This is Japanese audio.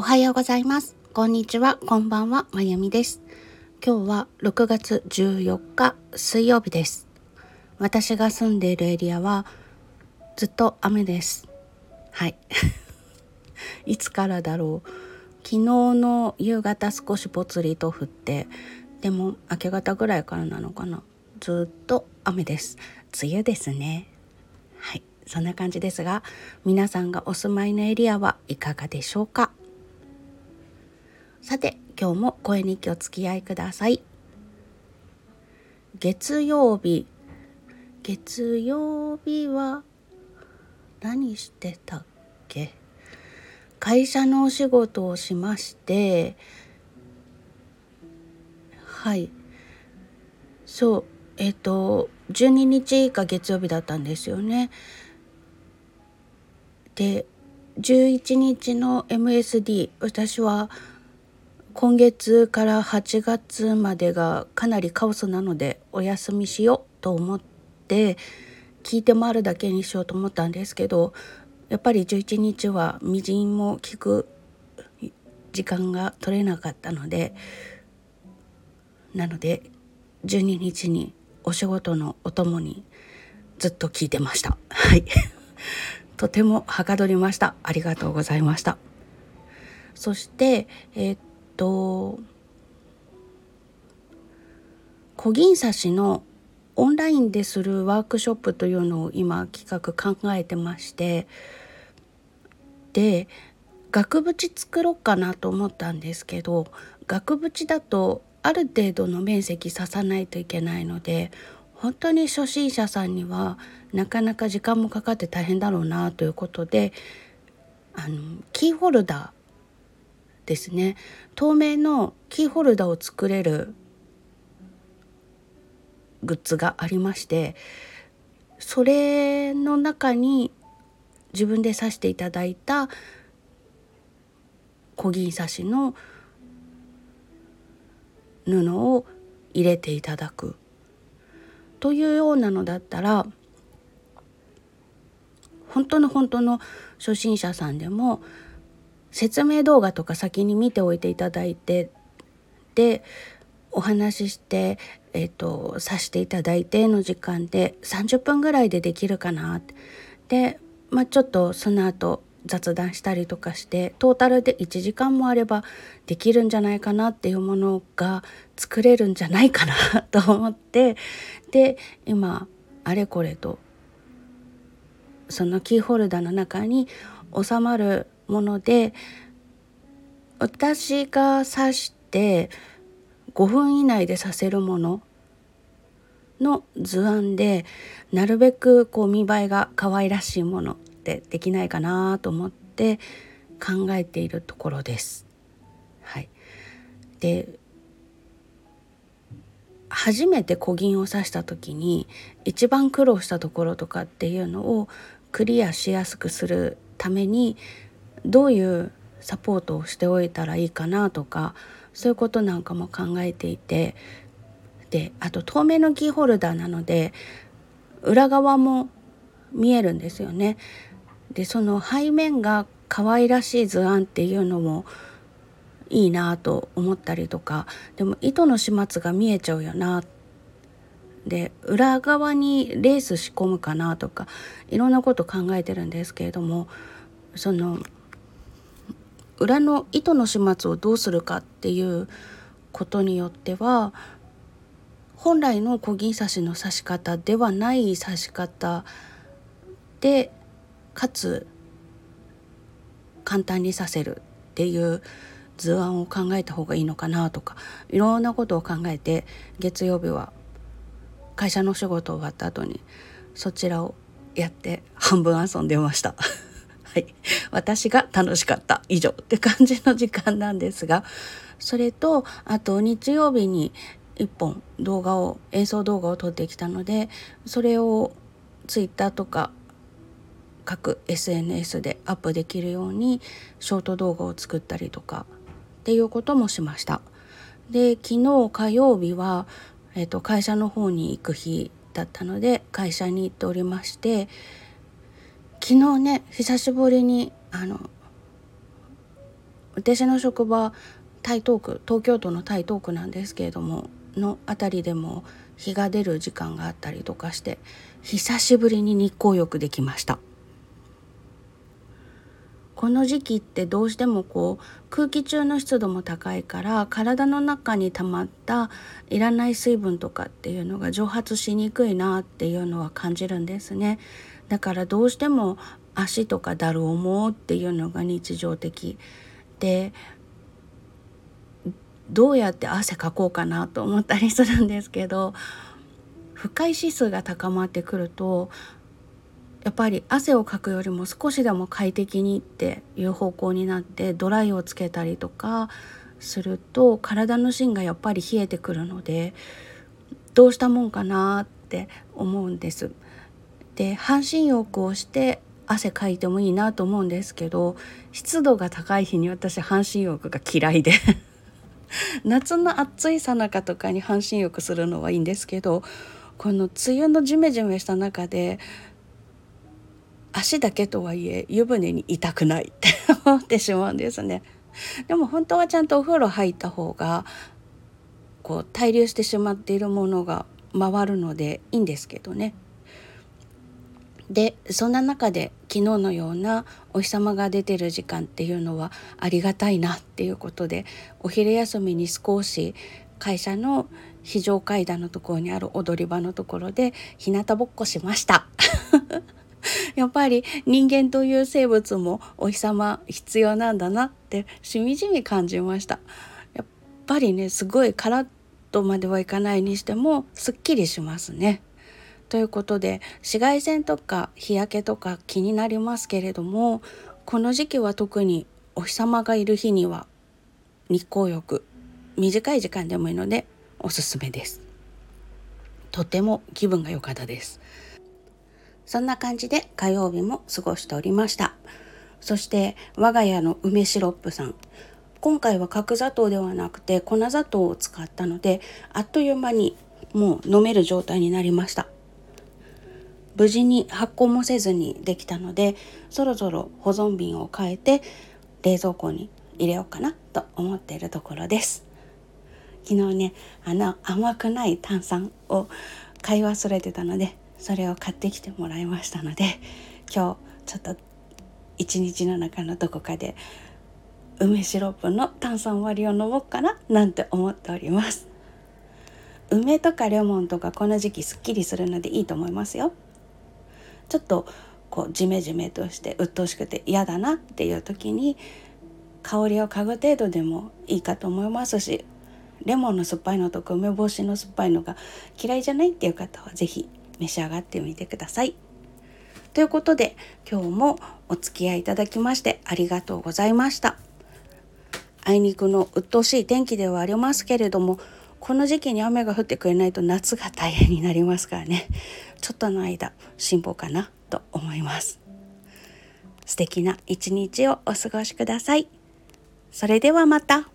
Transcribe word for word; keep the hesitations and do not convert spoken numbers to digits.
はようございます。こんにちは、こんばんは、まゆみです。今日はろくがつじゅうよっか水曜日です。私が住んでいるエリアはずっと雨です。はいいつからだろう。昨日の夕方少しぽつりと降って、でも明け方ぐらいからなのかな、ずっと雨です。梅雨ですね。はい、そんな感じですが、皆さんがお住まいのエリアはいかがでしょうか。さて、今日も声日記お付き合いください。月曜日月曜日は何してたっけ。会社のお仕事をしまして、はいそうえっ、とじゅうににちが月曜日だったんですよね。でじゅういちにちの エムエスディー、 私は今月からはちがつまでがかなりカオスなのでお休みしようと思って聞いて回るだけにしようと思ったんですけど、やっぱりじゅういちにちはみじんも聞く時間が取れなかったので、なのでじゅうににちにお仕事のお供にずっと聞いてました。はいとてもはかどりました。ありがとうございました。そしてえーっと小銀刺しのオンラインでするワークショップというのを今企画考えてまして、で額縁作ろうかなと思ったんですけど、額縁だとある程度の面積刺さないといけないので、本当に初心者さんにはなかなか時間もかかって大変だろうなということで、あのキーホルダーですね、透明のキーホルダーを作れるグッズがありまして、それの中に自分で刺していただいた小銀刺しの布を入れていただくというようなのだったら、本当の本当の初心者さんでも説明動画とか先に見ておいていただいて、でお話しして、えーと、さしていただいての時間でさんじゅっぷんぐらいでできるかなって。で、まあ、ちょっとその後雑談したりとかしてトータルでいちじかんもあればできるんじゃないかなっていうものが作れるんじゃないかなと思って、で今あれこれとそのキーホルダーの中に収まるもので、私が刺してごふん以内で刺せるものの図案で、なるべくこう見栄えが可愛らしいものってできないかなと思って考えているところです。はい、で初めて小銀を刺した時に一番苦労したところとかっていうのをクリアしやすくするためにどういうサポートをしておいたらいいかなとか、そういうことなんかも考えていて、であと透明のキーホルダーなので裏側も見えるんですよね。でその背面が可愛らしい図案っていうのもいいなと思ったりとか、でも糸の始末が見えちゃうよな、で裏側にレース仕込むかなとかいろんなこと考えてるんですけれども、その裏の糸の始末をどうするかっていうことによっては本来の小銀刺しの刺し方ではない刺し方で、かつ簡単に刺せるっていう図案を考えた方がいいのかなとか、いろんなことを考えて、月曜日は会社の仕事終わった後にそちらをやって半分遊んでましたはい、私が楽しかった以上って感じの時間なんですが、それとあと日曜日にいっぽん動画を演奏動画を撮ってきたので、それをツイッターとか各 エスエヌエス でアップできるようにショート動画を作ったりとかっていうこともしました。で昨日火曜日は、えーと、会社の方に行く日だったので会社に行っておりまして、昨日ね久しぶりにあの私の職場台東区、東京都の台東区なんですけれどものあたりでも日が出る時間があったりとかして、久しぶりに日光浴できました。この時期ってどうしてもこう空気中の湿度も高いから、体の中に溜まったいらない水分とかっていうのが蒸発しにくいなっていうのは感じるんですね。だからどうしても足とかだる重っていうのが日常的で、どうやって汗かこうかなと思ったりするんですけど、不快指数が高まってくるとやっぱり汗をかくよりも少しでも快適にっていう方向になって、ドライをつけたりとかすると体の芯がやっぱり冷えてくるので、どうしたもんかなって思うんです。で、半身浴をして汗かいてもいいなと思うんですけど、湿度が高い日に私半身浴が嫌いで夏の暑いさなかとかに半身浴するのはいいんですけど、この梅雨のジメジメした中で足だけとはいえ湯船にいたくないって思ってしまうんですね。でも本当はちゃんとお風呂入った方がこう滞留してしまっているものが回るのでいいんですけどね。でそんな中で昨日のようなお日様が出てる時間っていうのはありがたいなっていうことで、お昼休みに少し会社の非常階段のところにある踊り場のところで日向ぼっこしましたやっぱり人間という生物もお日様必要なんだなってしみじみ感じました。やっぱりね、すごいカラッとまではいかないにしてもすっきりしますね。ということで、紫外線とか日焼けとか気になりますけれども、この時期は特にお日様がいる日には日光浴、短い時間でもいいのでおすすめです。とても気分が良かったです。そんな感じで火曜日も過ごしておりました。そして我が家の梅シロップさん、今回は角砂糖ではなくて粉砂糖を使ったので、あっという間にもう飲める状態になりました。無事に発酵もせずにできたので、そろそろ保存瓶を変えて冷蔵庫に入れようかなと思っているところです。昨日ね、あの甘くない炭酸を買い忘れてたので、それを買ってきてもらいましたので、今日ちょっと一日の中のどこかで梅シロップの炭酸割りを飲もうかななんて思っております。梅とかレモンとかこの時期すっきりするのでいいと思いますよ。ちょっとこうジメジメとして鬱陶しくて嫌だなっていう時に香りを嗅ぐ程度でもいいかと思いますし、レモンの酸っぱいのとか梅干しの酸っぱいのが嫌いじゃないっていう方はぜひ召し上がってみてください。ということで、今日もお付き合いいただきましてありがとうございました。あいにくの鬱陶しい天気ではありますけれども、この時期に雨が降ってくれないと夏が大変になりますからね、ちょっとの間辛抱かなと思います。素敵な一日をお過ごしください。それではまた。